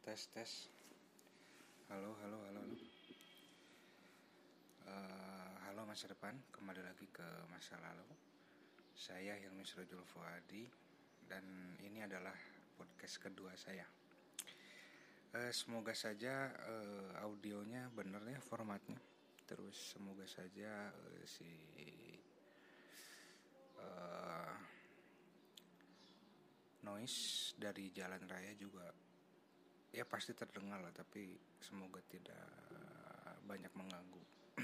Tes. Halo. Halo masa depan, kembali lagi ke masa lalu. Saya Hilmi Sirojul Fuadi dan ini adalah podcast kedua saya. Semoga saja audionya bener ya formatnya. Terus semoga saja noise dari jalan raya juga ya pasti terdengar lah, tapi semoga tidak banyak mengganggu.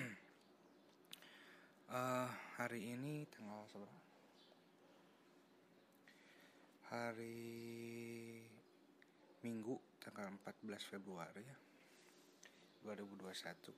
Hari ini tanggal berapa? Hari Minggu tanggal 14 Februari ya 2021.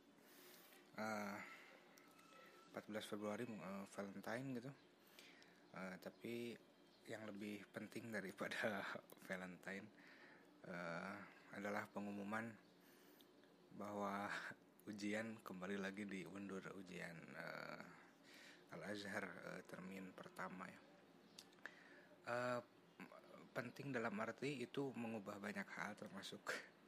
14 Februari Valentine gitu. Tapi yang lebih penting daripada Valentine adalah pengumuman bahwa ujian kembali lagi diundur, ujian Al-Azhar termin pertama ya. Penting dalam arti itu mengubah banyak hal, termasuk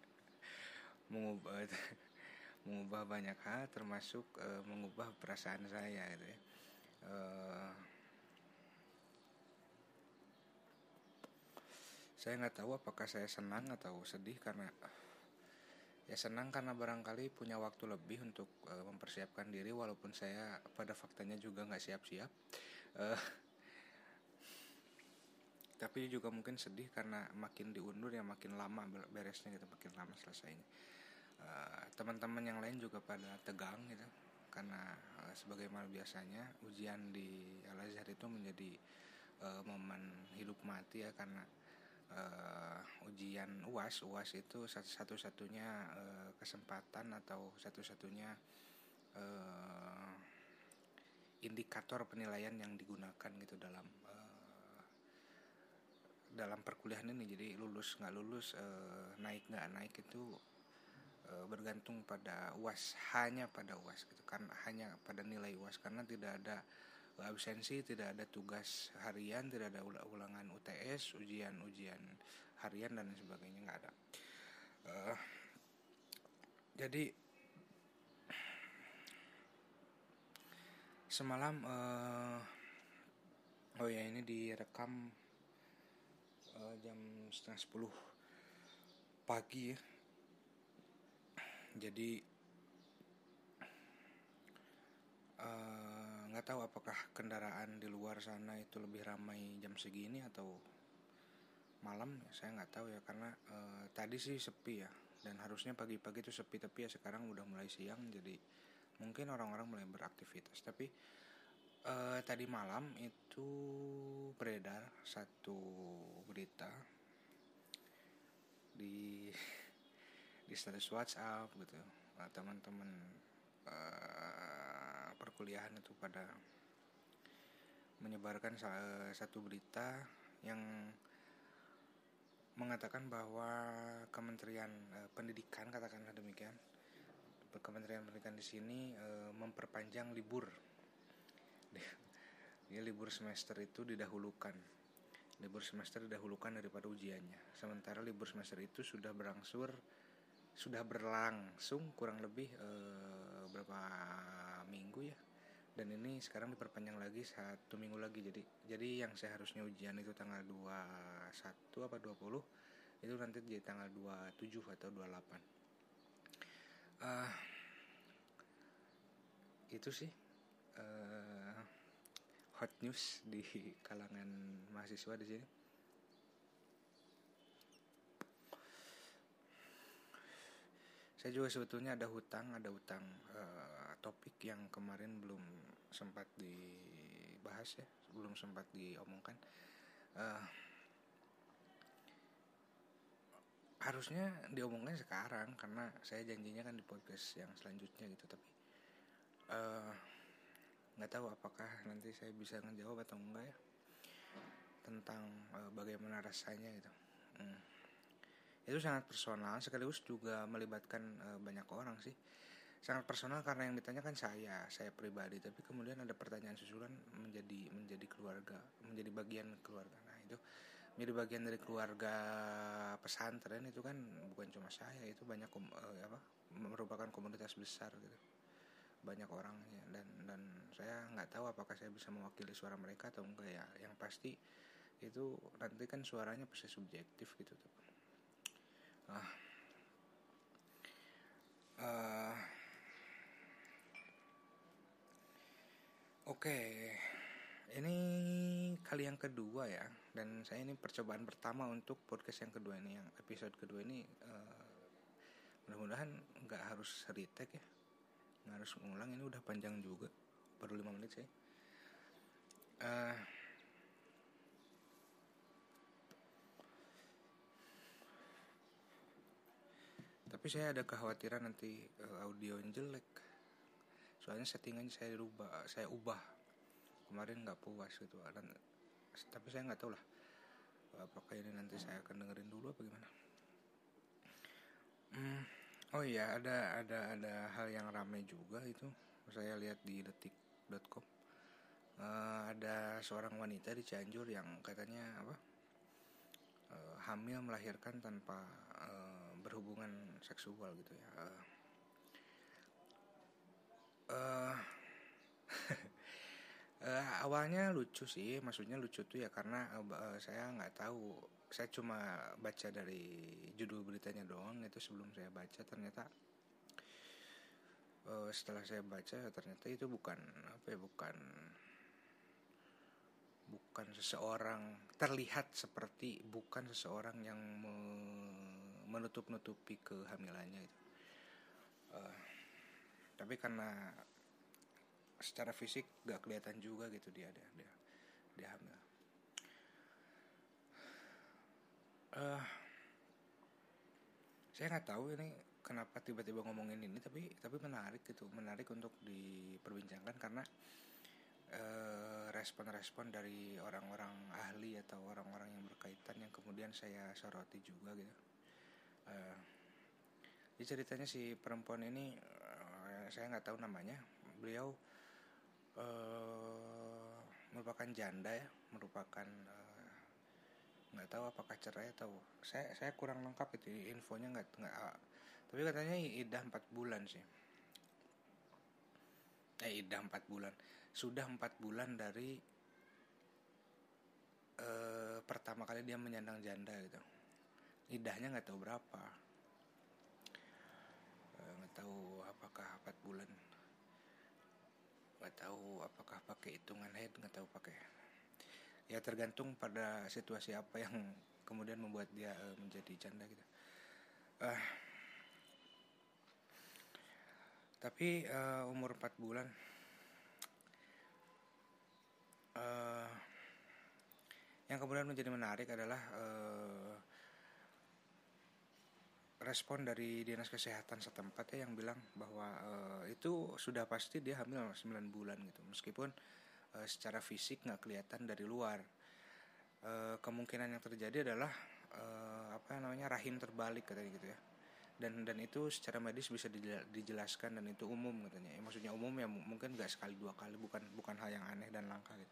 mengubah banyak hal, termasuk mengubah perasaan saya gitu ya. Saya nggak tahu apakah saya senang atau sedih, karena ya senang karena barangkali punya waktu lebih untuk mempersiapkan diri, walaupun saya pada faktanya juga nggak siap-siap. Tapi juga mungkin sedih karena makin diundur ya makin lama beresnya gitu, makin lama selesainya. Teman-teman yang lain juga pada tegang gitu, karena sebagaimana biasanya ujian di Al-Azhar itu menjadi momen hidup mati ya, karena ujian UAS itu satu-satunya kesempatan atau satu-satunya indikator penilaian yang digunakan gitu dalam perkuliahan ini. Jadi lulus nggak lulus, naik nggak naik itu bergantung pada UAS, hanya pada UAS gitu kan, hanya pada nilai UAS, karena tidak ada absensi, tidak ada tugas harian, tidak ada ulangan UTS, ujian harian dan sebagainya, nggak ada. Jadi semalam ini direkam jam 9:30 pagi ya. Jadi nggak tahu apakah kendaraan di luar sana itu lebih ramai jam segini atau malam, saya nggak tahu ya, karena tadi sih sepi ya, dan harusnya pagi-pagi itu sepi, tapi ya sekarang udah mulai siang, jadi mungkin orang-orang mulai beraktivitas. Tapi tadi malam itu beredar satu berita di status WhatsApp gitu, teman-teman perkuliahan itu pada menyebarkan satu berita yang mengatakan bahwa Kementerian Pendidikan, katakanlah demikian, Kementerian Pendidikan di sini memperpanjang libur. Ya, libur semester itu didahulukan. Libur semester didahulukan daripada ujiannya. Sementara libur semester itu sudah berlangsung kurang lebih berapa minggu ya. Dan ini sekarang diperpanjang lagi 1 minggu lagi. Jadi yang seharusnya ujian itu tanggal 21 apa 20, itu nanti jadi tanggal 27 atau 28. Itu sih hot news di kalangan mahasiswa di sini. Saya juga sebetulnya ada hutang topik yang kemarin belum sempat dibahas ya, belum sempat diomongkan. Harusnya diomongkan sekarang karena saya janjinya kan di podcast yang selanjutnya gitu, tapi nggak tahu apakah nanti saya bisa ngejawab atau enggak ya, tentang bagaimana rasanya gitu. Itu sangat personal, sekaligus juga melibatkan banyak orang sih. Sangat personal karena yang ditanyakan saya pribadi, tapi kemudian ada pertanyaan susulan menjadi keluarga, menjadi bagian keluarga. Nah, itu jadi bagian dari keluarga pesantren itu kan bukan cuma saya, itu banyak merupakan komunitas besar gitu, banyak orangnya, dan saya nggak tahu apakah saya bisa mewakili suara mereka atau enggak ya. Yang pasti itu nanti kan suaranya pasti subjektif gitu tuh. Oke, ini kali yang kedua ya, dan saya ini percobaan pertama untuk podcast yang kedua ini, yang episode kedua ini. Mudah-mudahan nggak harus retake ya, nggak harus mengulang. Ini udah panjang juga, baru 5 menit sih. Tapi saya ada kekhawatiran nanti audio yang jelek, soalnya settingannya saya ubah kemarin, nggak puas gitu. Dan tapi saya nggak tahu lah apakah ini nanti saya akan dengerin dulu apa gimana. Oh iya, ada hal yang ramai juga itu. Saya lihat di detik.com. Ada seorang wanita di Cianjur yang katanya hamil, melahirkan tanpa berhubungan seksual gitu ya. Awalnya lucu sih, maksudnya lucu tuh ya karena saya nggak tahu, saya cuma baca dari judul beritanya doang itu sebelum saya baca. Ternyata setelah saya baca ternyata itu bukan seseorang, terlihat seperti bukan seseorang yang menutup-nutupi kehamilannya itu. Tapi karena secara fisik gak kelihatan juga gitu dia hamil. Saya nggak tahu ini kenapa tiba-tiba ngomongin ini, tapi menarik gitu, menarik untuk diperbincangkan karena respon-respon dari orang-orang ahli atau orang-orang yang berkaitan yang kemudian saya soroti juga gitu. Jadi ceritanya si perempuan ini, saya nggak tahu namanya, beliau merupakan janda ya, merupakan nggak tahu apakah cerai atau saya kurang lengkap itu infonya, nggak tapi katanya iddah 4 bulan sih. Iddah 4 bulan, sudah 4 bulan dari pertama kali dia menyandang janda gitu. Iddahnya nggak tahu berapa, nggak tahu apakah 4 bulan, nggak tahu apakah pakai hitungan head, nggak tahu pakai, ya tergantung pada situasi apa yang kemudian membuat dia menjadi janda gitu. Tapi umur 4 bulan, yang kemudian menjadi menarik adalah respon dari dinas kesehatan setempat ya, yang bilang bahwa itu sudah pasti dia hamil 9 bulan gitu, meskipun secara fisik nggak kelihatan dari luar. Kemungkinan yang terjadi adalah rahim terbalik katanya gitu ya, dan itu secara medis bisa dijelaskan dan itu umum katanya. Maksudnya umum ya, mungkin nggak sekali 2 kali, bukan hal yang aneh dan langka gitu.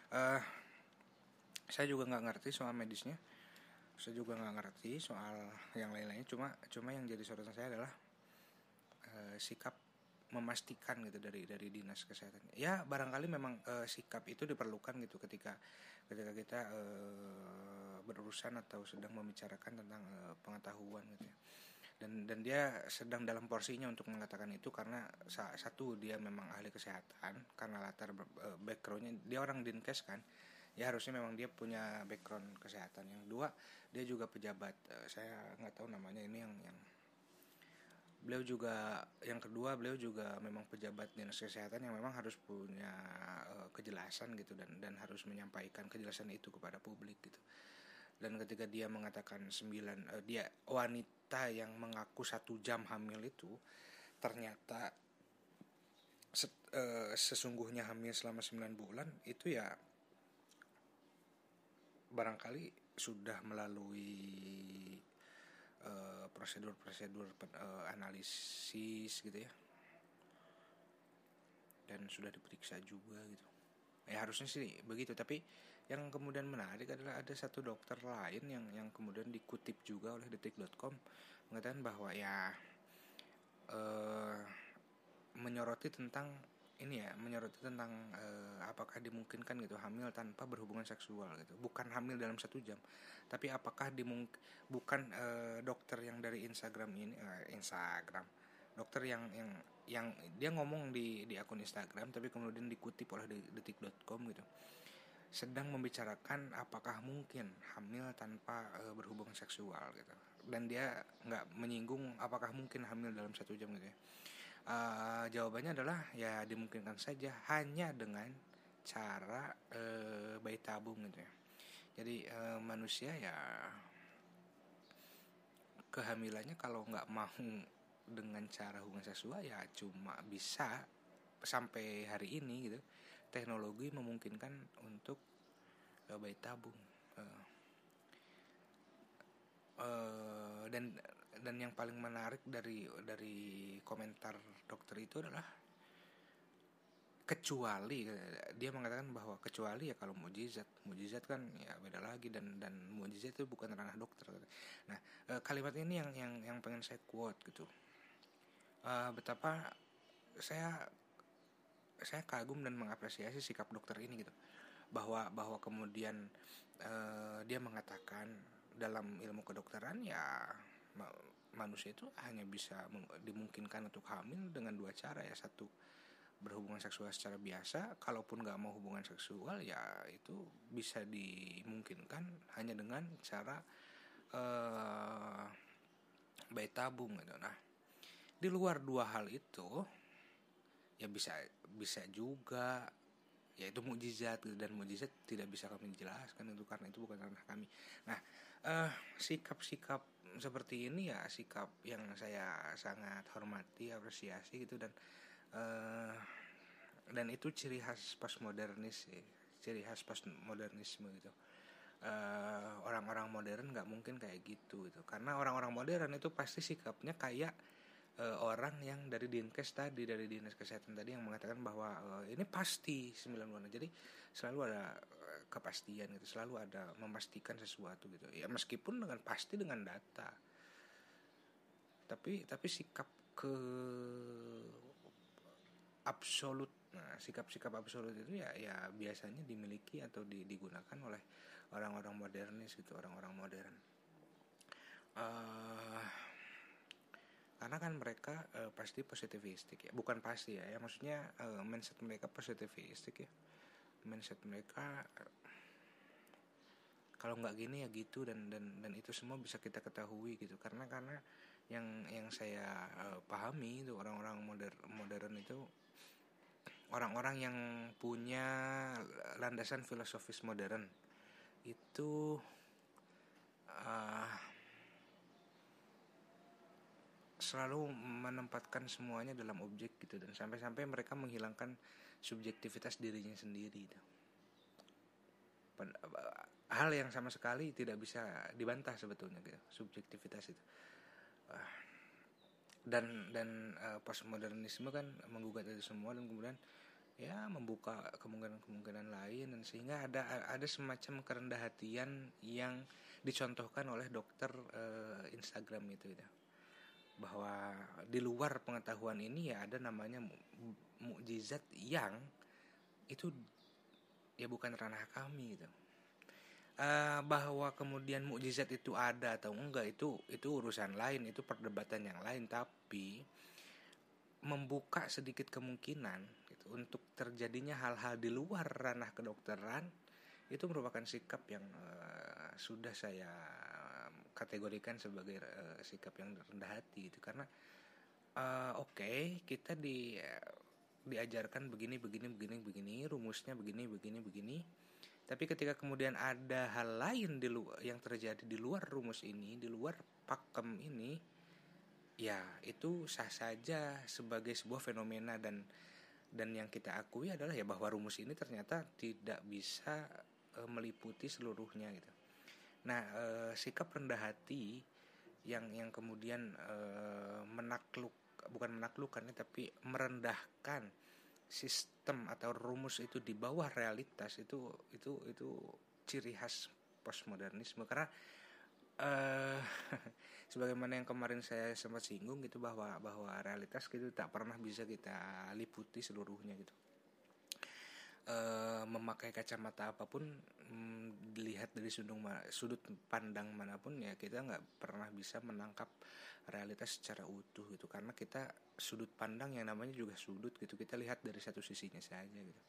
Saya juga nggak ngerti soal medisnya, saya juga nggak ngerti soal yang lain-lainnya. Cuma yang jadi sorotan saya adalah sikap memastikan gitu dari dinas kesehatan. Ya barangkali memang sikap itu diperlukan gitu ketika kita berurusan atau sedang membicarakan tentang pengetahuan gitu ya. Dan dia sedang dalam porsinya untuk mengatakan itu karena satu, dia memang ahli kesehatan karena latar backgroundnya dia orang Dinkes kan, ya harusnya memang dia punya background kesehatan. Yang dua, dia juga pejabat, saya nggak tahu namanya ini yang beliau juga, yang kedua beliau juga memang pejabat dinas kesehatan yang memang harus punya kejelasan gitu, dan harus menyampaikan kejelasan itu kepada publik gitu. Dan ketika dia mengatakan dia wanita yang mengaku 1 jam hamil itu ternyata sesungguhnya hamil selama 9 bulan, itu ya barangkali sudah melalui prosedur analisis gitu ya, dan sudah diperiksa juga gitu. Ya harusnya sih begitu, tapi Yang kemudian menarik adalah ada satu dokter lain yang kemudian dikutip juga oleh detik.com mengatakan bahwa ya menyoroti tentang apakah dimungkinkan gitu hamil tanpa berhubungan seksual gitu, bukan hamil dalam 1 jam, tapi apakah bukan dokter yang dari Instagram ini dokter yang dia ngomong di akun Instagram tapi kemudian dikutip oleh detik.com gitu, sedang membicarakan apakah mungkin hamil tanpa berhubungan seksual gitu, dan dia nggak menyinggung apakah mungkin hamil dalam 1 jam gitu ya. Jawabannya adalah ya dimungkinkan saja hanya dengan cara bayi tabung gitu ya. Jadi manusia ya kehamilannya kalau nggak mau dengan cara hubungan seksual ya cuma bisa sampai hari ini gitu, teknologi memungkinkan untuk bayi tabung. Dan yang paling menarik dari komentar dokter itu adalah kecuali, dia mengatakan bahwa kecuali ya kalau mukjizat kan ya beda lagi, dan mukjizat itu bukan ranah dokter. Nah, kalimat ini yang pengen saya quote gitu. Betapa saya kagum dan mengapresiasi sikap dokter ini gitu, bahwa kemudian dia mengatakan dalam ilmu kedokteran ya manusia itu hanya bisa dimungkinkan untuk hamil dengan 2 cara ya. Satu, berhubungan seksual secara biasa, kalaupun nggak mau hubungan seksual ya itu bisa dimungkinkan hanya dengan cara bayi tabung gitu. Nah, di luar 2 hal itu ya bisa juga yaitu mukjizat gitu, dan mukjizat tidak bisa kami jelaskan itu karena itu bukan ranah kami. Nah, sikap-sikap seperti ini ya sikap yang saya sangat hormati, apresiasi gitu, dan itu ciri khas postmodernisme gitu. Orang-orang modern nggak mungkin kayak gitu karena orang-orang modern itu pasti sikapnya kayak orang yang dari Dinkes tadi, dari Dinas Kesehatan tadi, yang mengatakan bahwa ini pasti 9 bulan. Jadi selalu ada kepastian gitu, selalu ada memastikan sesuatu gitu. Ya meskipun pasti dengan data. Tapi sikap ke absolut. Nah, sikap-sikap absolut itu ya biasanya dimiliki atau digunakan oleh orang-orang modernis gitu, orang-orang modern. Karena kan mereka pasti positivistik ya, bukan pasti ya maksudnya mindset mereka positivistik ya, mindset mereka kalau nggak gini ya gitu, dan itu semua bisa kita ketahui gitu, karena yang saya pahami itu orang-orang modern itu orang-orang yang punya landasan filosofis modern itu selalu menempatkan semuanya dalam objek gitu, dan sampai-sampai mereka menghilangkan subjektivitas dirinya sendiri gitu. Hal yang sama sekali tidak bisa dibantah sebetulnya gitu, subjektivitas itu. Dan postmodernisme kan menggugat itu semua, dan kemudian ya membuka kemungkinan lain, dan sehingga ada semacam kerendah hatian yang dicontohkan oleh dokter Instagram itu gitu. Bahwa di luar pengetahuan ini ya ada namanya mukjizat yang itu ya bukan ranah kami gitu. Bahwa kemudian mukjizat itu ada atau enggak itu urusan lain, itu perdebatan yang lain, tapi membuka sedikit kemungkinan gitu, untuk terjadinya hal-hal di luar ranah kedokteran itu merupakan sikap yang sudah saya kategorikan sebagai sikap yang rendah hati gitu. Karena oke, kita diajarkan begini, rumusnya begini, tapi ketika kemudian ada hal lain yang terjadi di luar rumus ini, di luar pakem ini, ya itu sah saja sebagai sebuah fenomena, dan yang kita akui adalah ya bahwa rumus ini ternyata tidak bisa meliputi seluruhnya gitu. Nah, sikap rendah hati yang kemudian bukan menaklukkan tapi merendahkan sistem atau rumus itu di bawah realitas, itu ciri khas postmodernisme. Karena sebagaimana yang kemarin saya sempat singgung gitu, bahwa realitas gitu tak pernah bisa kita liputi seluruhnya gitu. Memakai kacamata apapun, dilihat dari sudut pandang manapun, ya kita nggak pernah bisa menangkap realitas secara utuh gitu, karena kita sudut pandang yang namanya juga sudut gitu, kita lihat dari satu sisinya saja gitu.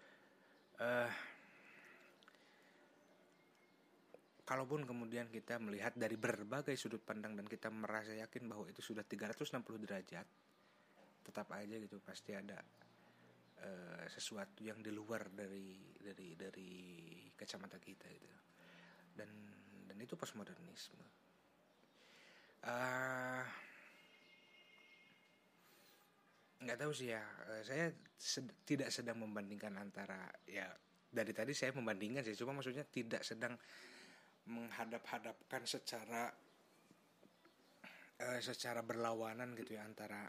Kalaupun kemudian kita melihat dari berbagai sudut pandang dan kita merasa yakin bahwa itu sudah 360 derajat, tetap aja gitu pasti ada sesuatu yang di luar dari kacamata kita gitu. Dan itu postmodernisme. Nggak tahu sih ya, saya tidak sedang membandingkan antara, ya dari tadi saya membandingkan sih, cuma maksudnya tidak sedang menghadap-hadapkan secara berlawanan gitu ya,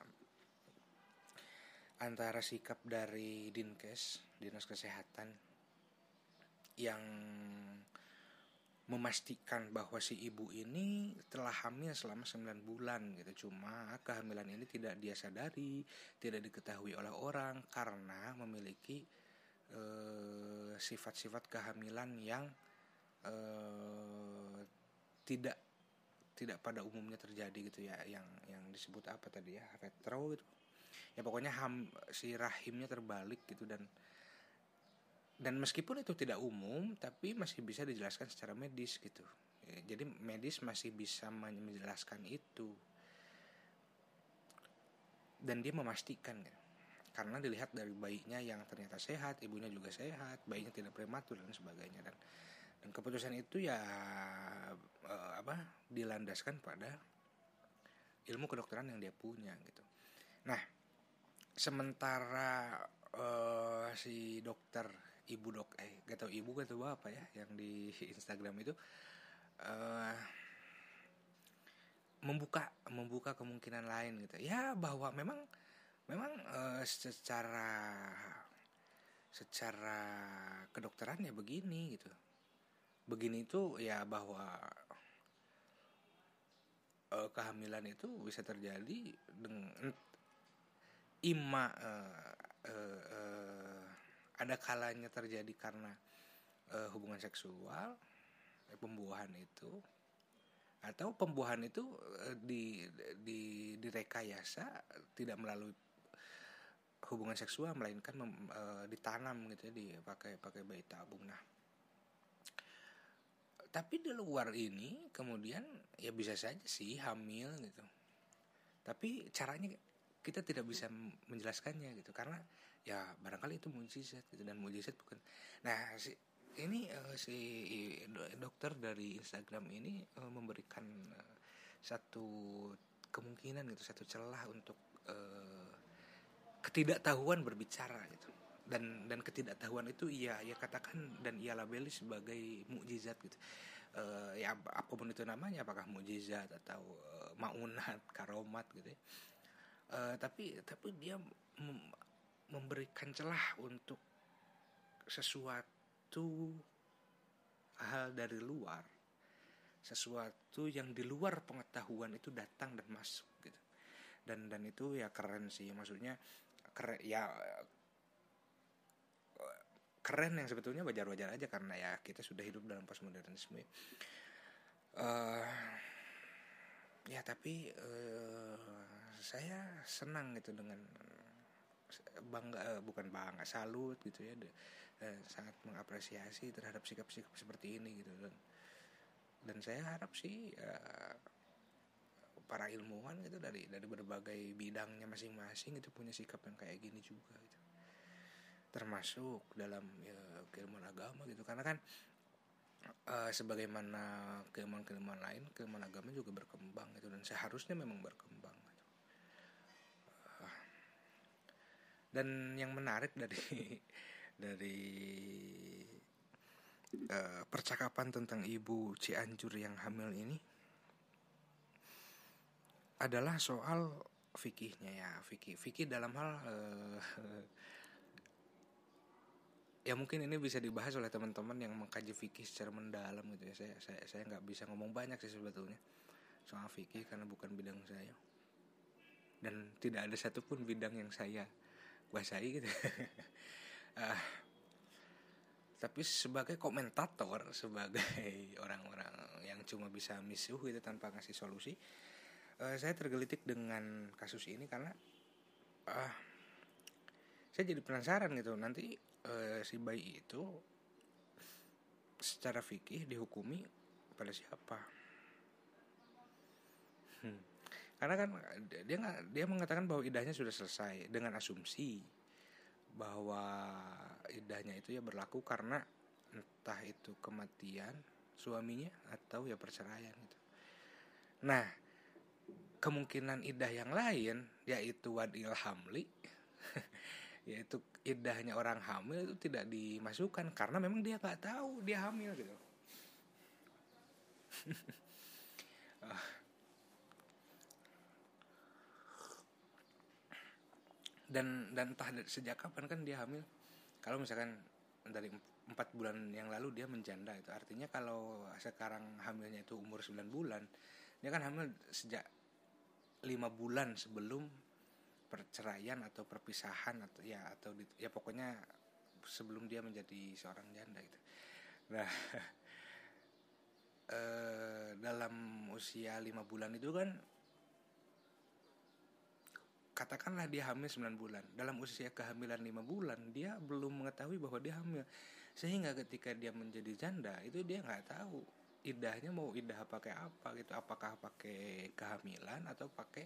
antara sikap dari Dinkes, Dinas Kesehatan, yang memastikan bahwa si ibu ini telah hamil selama 9 bulan gitu. Cuma kehamilan ini tidak dia sadari, tidak diketahui oleh orang karena memiliki sifat-sifat kehamilan yang tidak pada umumnya terjadi gitu ya, yang disebut apa tadi ya, retro gitu. Ya pokoknya si rahimnya terbalik gitu, dan meskipun itu tidak umum tapi masih bisa dijelaskan secara medis gitu. Ya, jadi medis masih bisa menjelaskan itu, dan dia memastikan gitu. Karena dilihat dari bayinya yang ternyata sehat, ibunya juga sehat, bayinya tidak prematur dan sebagainya, dan keputusan itu ya dilandaskan pada ilmu kedokteran yang dia punya gitu. Nah, sementara si dokter gak tau ibu gak tau apa ya yang di Instagram itu membuka kemungkinan lain gitu ya, bahwa memang secara kedokteran ya begini gitu. Begini itu ya bahwa kehamilan itu bisa terjadi dengan ada kalanya terjadi karena hubungan seksual, pembuahan itu, atau pembuahan itu direkayasa tidak melalui hubungan seksual, melainkan ditanam gitu ya, pakai bayi tabung. Nah, tapi di luar ini kemudian ya bisa saja sih hamil gitu, tapi caranya kita tidak bisa menjelaskannya gitu, karena ya barangkali itu mukjizat gitu, dan mukjizat bukan. Nah, si dokter dari Instagram ini memberikan satu kemungkinan gitu, satu celah untuk ketidaktahuan berbicara gitu, dan ketidaktahuan itu ia katakan dan ia labeli sebagai mukjizat gitu. Ya apapun itu namanya, apakah mukjizat atau maunat, karomat gitu ya. Tapi dia memberikan celah untuk sesuatu hal dari luar, sesuatu yang di luar pengetahuan itu datang dan masuk gitu. Dan itu ya keren sih, maksudnya keren yang sebetulnya wajar-wajar aja, karena ya kita sudah hidup dalam postmodernisme. Ya tapi saya senang gitu, dengan bukan bangga, salut gitu ya, sangat mengapresiasi terhadap sikap-sikap seperti ini gitu, dan saya harap sih para ilmuwan gitu dari berbagai bidangnya masing-masing itu punya sikap yang kayak gini juga gitu, termasuk dalam keilmuan agama gitu, karena kan sebagaimana keilmuan lain, keilmuan agama juga berkembang gitu, dan seharusnya memang berkembang gitu. Dan yang menarik dari percakapan tentang ibu Cianjur yang hamil ini adalah soal fikihnya ya, fikih dalam hal ya mungkin ini bisa dibahas oleh teman-teman yang mengkaji fikih secara mendalam gitu ya. Saya nggak bisa ngomong banyak sih sebetulnya soal fikih karena bukan bidang saya, dan tidak ada satupun bidang yang saya kuasai gitu. Tapi sebagai komentator, sebagai orang-orang yang cuma bisa misuh gitu tanpa ngasih solusi, saya tergelitik dengan kasus ini karena saya jadi penasaran gitu, nanti si bayi itu secara fikih dihukumi pada siapa? Karena kan dia mengatakan bahwa idahnya sudah selesai dengan asumsi bahwa idahnya itu ya berlaku karena entah itu kematian suaminya atau ya perceraian gitu. Nah, kemungkinan idah yang lain yaitu wadil hamli yaitu idahnya orang hamil itu tidak dimasukkan karena memang dia nggak tahu dia hamil gitu. dan entah sejak kapan kan dia hamil. Kalau misalkan dari 4 bulan yang lalu dia menjanda, itu artinya kalau sekarang hamilnya itu umur 9 bulan, dia kan hamil sejak 5 bulan sebelum perceraian atau perpisahan atau ya pokoknya sebelum dia menjadi seorang janda gitu. Nah, dalam usia 5 bulan itu kan katakanlah dia hamil 9 bulan. Dalam usia kehamilan 5 bulan dia belum mengetahui bahwa dia hamil. Sehingga ketika dia menjadi janda itu dia gak tahu idahnya mau idah pakai apa gitu. Apakah pakai kehamilan atau pakai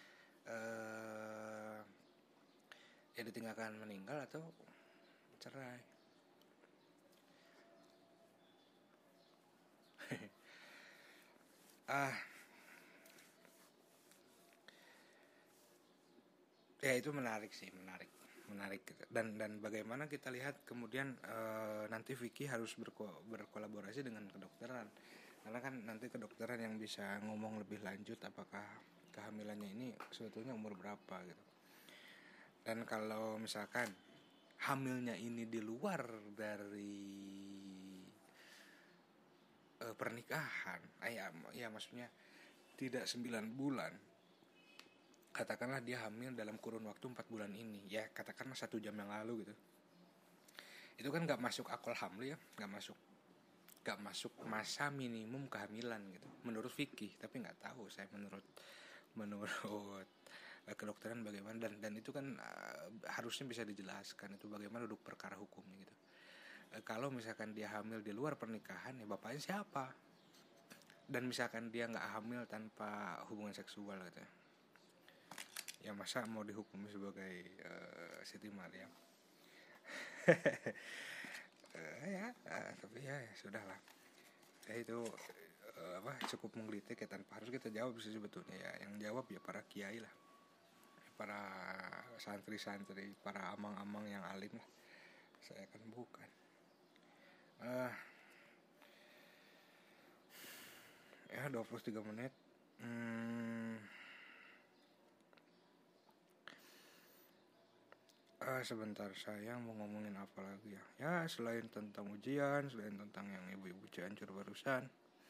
ya ditinggalkan meninggal atau cerai. Ya itu menarik sih, menarik dan bagaimana kita lihat kemudian nanti Vicky harus berkolaborasi dengan kedokteran, karena kan nanti kedokteran yang bisa ngomong lebih lanjut apakah kehamilannya ini sebetulnya umur berapa gitu. Dan kalau misalkan hamilnya ini di luar dari pernikahan, ya maksudnya tidak 9 bulan, katakanlah dia hamil dalam kurun waktu 4 bulan ini, ya katakanlah 1 jam yang lalu gitu, itu kan gak masuk akal hamil ya, gak masuk masa minimum kehamilan gitu menurut fikih. Tapi gak tahu saya menurut kedokteran bagaimana, dan itu kan harusnya bisa dijelaskan itu bagaimana duduk perkara hukumnya gitu. Kalau misalkan dia hamil di luar pernikahan, ya bapaknya siapa? Dan misalkan dia gak hamil tanpa hubungan seksual gitu ya masa mau dihukumi sebagai Siti Maryam? Tapi ya sudahlah ya itu cukup menggelitik ya, tanpa harus kita jawab sih sebetulnya ya. Yang jawab ya para kiai lah, para santri-santri, para amang-amang yang alim lah. Saya kan bukan. Ya 23 menit. Sebentar, saya mau ngomongin apa lagi ya? Ya selain tentang ujian, selain tentang yang ibu-ibu Cianjur barusan,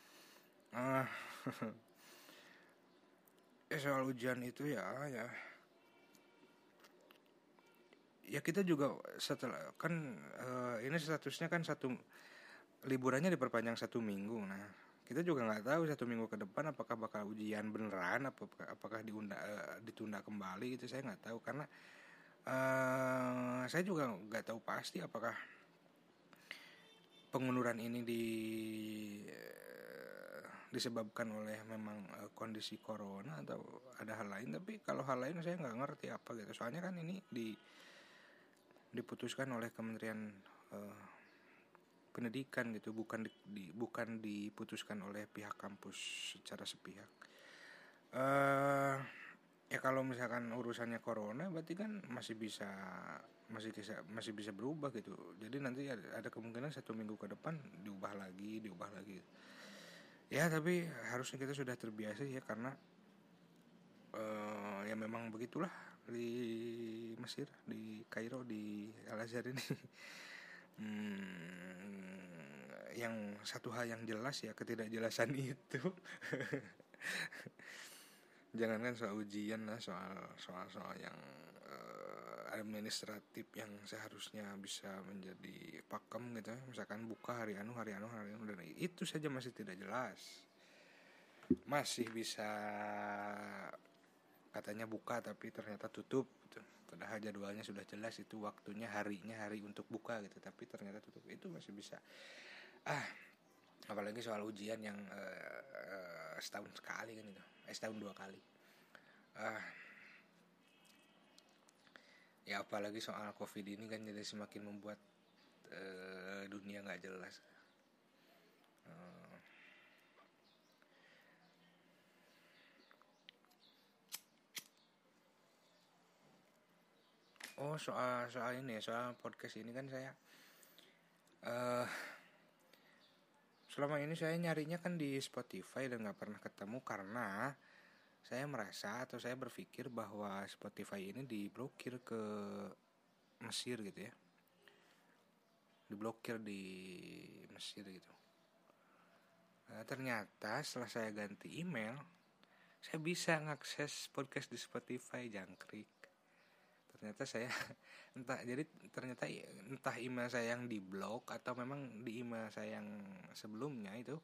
soal ujian itu ya kita juga setelah kan ini statusnya kan liburannya diperpanjang 1 minggu. Nah kita juga nggak tahu 1 minggu ke depan apakah bakal ujian beneran, apakah ditunda kembali gitu. Saya nggak tahu karena saya juga nggak tahu pasti apakah pengunduran ini disebabkan oleh memang kondisi corona atau ada hal lain. Tapi kalau hal lain saya nggak ngerti apa gitu. Soalnya kan ini diputuskan oleh Kementerian Pendidikan gitu, bukan diputuskan oleh pihak kampus secara sepihak. Ya kalau misalkan urusannya corona berarti kan masih bisa berubah gitu. Jadi nanti ada kemungkinan 1 minggu ke depan diubah lagi. Ya tapi harusnya kita sudah terbiasa ya, karena ya memang begitulah di Mesir, di Kairo, di Al Azhar ini. Yang satu hal yang jelas ya, ketidakjelasan itu. Jangankan soal ujian lah, soal yang administratif yang seharusnya bisa menjadi pakem gitu, misalkan buka hari anu dan itu saja masih tidak jelas. Masih bisa katanya buka tapi ternyata tutup gitu. Padahal jadwalnya sudah jelas, itu waktunya hari untuk buka gitu, tapi ternyata tutup. Itu masih bisa. Apalagi soal ujian yang setahun sekali kan itu, setahun 2 kali. Ya apalagi soal COVID ini kan jadi semakin membuat dunia nggak jelas. Soal ini ya, soal podcast ini kan saya selama ini saya nyarinya kan di Spotify dan nggak pernah ketemu, karena saya merasa atau saya berpikir bahwa Spotify ini diblokir ke Mesir gitu ya, diblokir di Mesir gitu. Ternyata setelah saya ganti email, saya bisa ngakses podcast di Spotify, jangkrik. Ternyata saya entah email saya yang diblok atau memang di email saya yang sebelumnya itu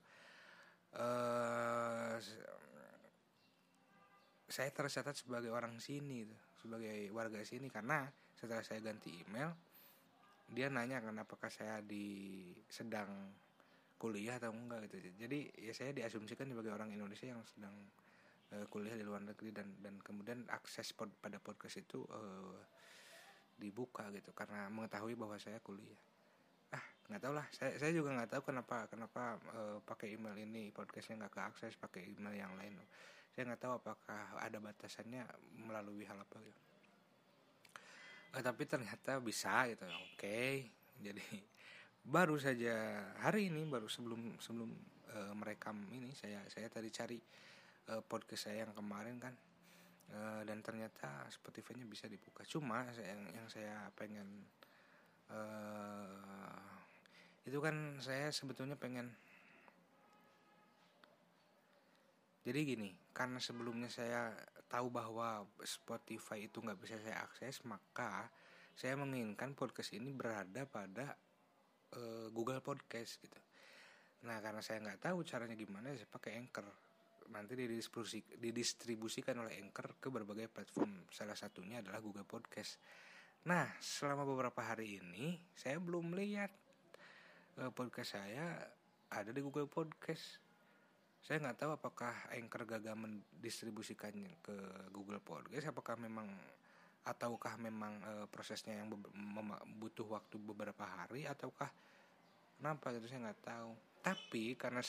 saya tercatat sebagai orang sini, sebagai warga sini, karena setelah saya ganti email dia nanya kan apakah saya sedang kuliah atau enggak gitu. Jadi ya saya diasumsikan sebagai orang Indonesia yang sedang kuliah di luar negeri, dan kemudian akses pada podcast itu dibuka gitu karena mengetahui bahwa saya kuliah. Nggak tahu lah, saya juga nggak tahu kenapa pakai email ini podcastnya nggak keakses pakai email yang lain. Saya nggak tahu apakah ada batasannya melalui hal apa gitu. Tapi ternyata bisa gitu. Oke. Jadi baru saja hari ini, baru sebelum merekam ini, saya tadi cari podcast saya yang kemarin kan, dan ternyata Spotify-nya bisa dibuka. Cuma yang saya pengen itu kan saya sebetulnya pengen. Jadi gini, karena sebelumnya saya tahu bahwa Spotify itu nggak bisa saya akses, maka saya menginginkan podcast ini berada pada Google Podcast gitu. Nah karena saya nggak tahu caranya gimana, saya pakai Anchor. Nanti didistribusikan oleh Anchor ke berbagai platform. Salah satunya adalah Google Podcast. Nah selama beberapa hari ini saya belum melihat podcast saya ada di Google Podcast. Saya nggak tahu apakah Anchor gagal mendistribusikannya ke Google Podcast, ataukah memang prosesnya yang butuh waktu beberapa hari, ataukah kenapa gitu, saya nggak tahu. Tapi karena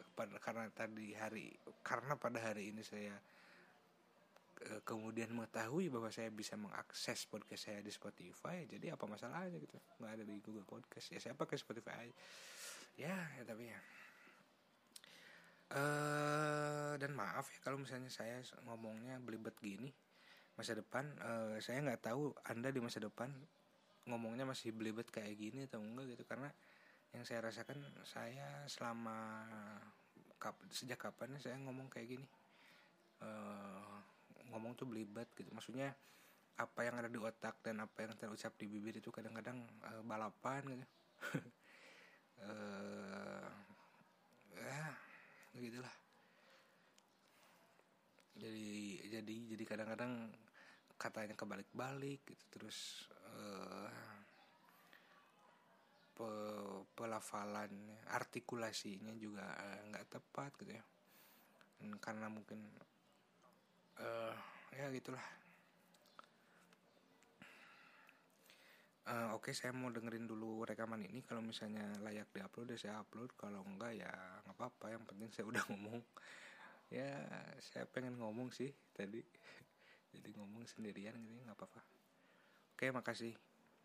pada hari ini saya kemudian mengetahui bahwa saya bisa mengakses podcast saya di Spotify, jadi apa masalahnya gitu, nggak ada di Google Podcast, ya saya pakai Spotify ya tapi ya. Dan maaf ya kalau misalnya saya ngomongnya belibet gini. Masa depan saya nggak tahu Anda di masa depan ngomongnya masih belibet kayak gini atau enggak gitu, karena yang saya rasakan saya selama sejak kapan saya ngomong kayak gini, ngomong tuh belibet gitu. Maksudnya apa yang ada di otak dan apa yang terucap di bibir itu kadang-kadang balapan gitu. Begitulah. Jadi kadang-kadang katanya kebalik-balik gitu, terus pelafalannya, artikulasinya juga nggak tepat gitu ya, karena mungkin ya gitulah. Oke, saya mau dengerin dulu rekaman ini. Kalau misalnya layak diupload ya saya upload, kalau enggak ya nggak apa-apa, yang penting saya udah ngomong. Ya saya pengen ngomong sih tadi, jadi ngomong sendirian gitu nggak apa-apa. Oke, makasih.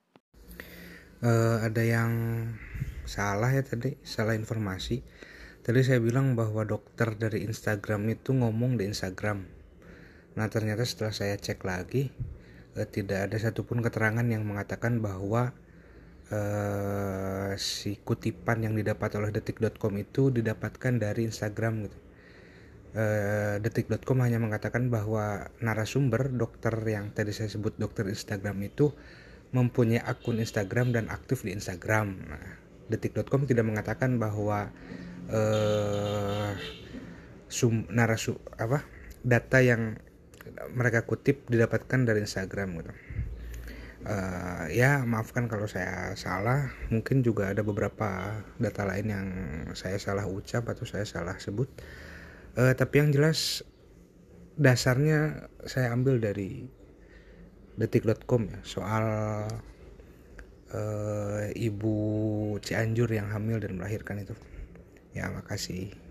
Ada yang salah ya tadi, salah informasi. Tadi saya bilang bahwa dokter dari Instagram itu ngomong di Instagram. Nah ternyata setelah saya cek lagi, tidak ada satupun keterangan yang mengatakan bahwa si kutipan yang didapat oleh detik.com itu didapatkan dari Instagram gitu. Detik.com hanya mengatakan bahwa narasumber dokter yang tadi saya sebut dokter Instagram itu mempunyai akun Instagram dan aktif di Instagram. Nah, detik.com tidak mengatakan bahwa data yang mereka kutip didapatkan dari Instagram gitu. Ya maafkan kalau saya salah, mungkin juga ada beberapa data lain yang saya salah ucap atau saya salah sebut, tapi yang jelas dasarnya saya ambil dari detik.com ya, soal ibu Cianjur yang hamil dan melahirkan itu. Ya makasih.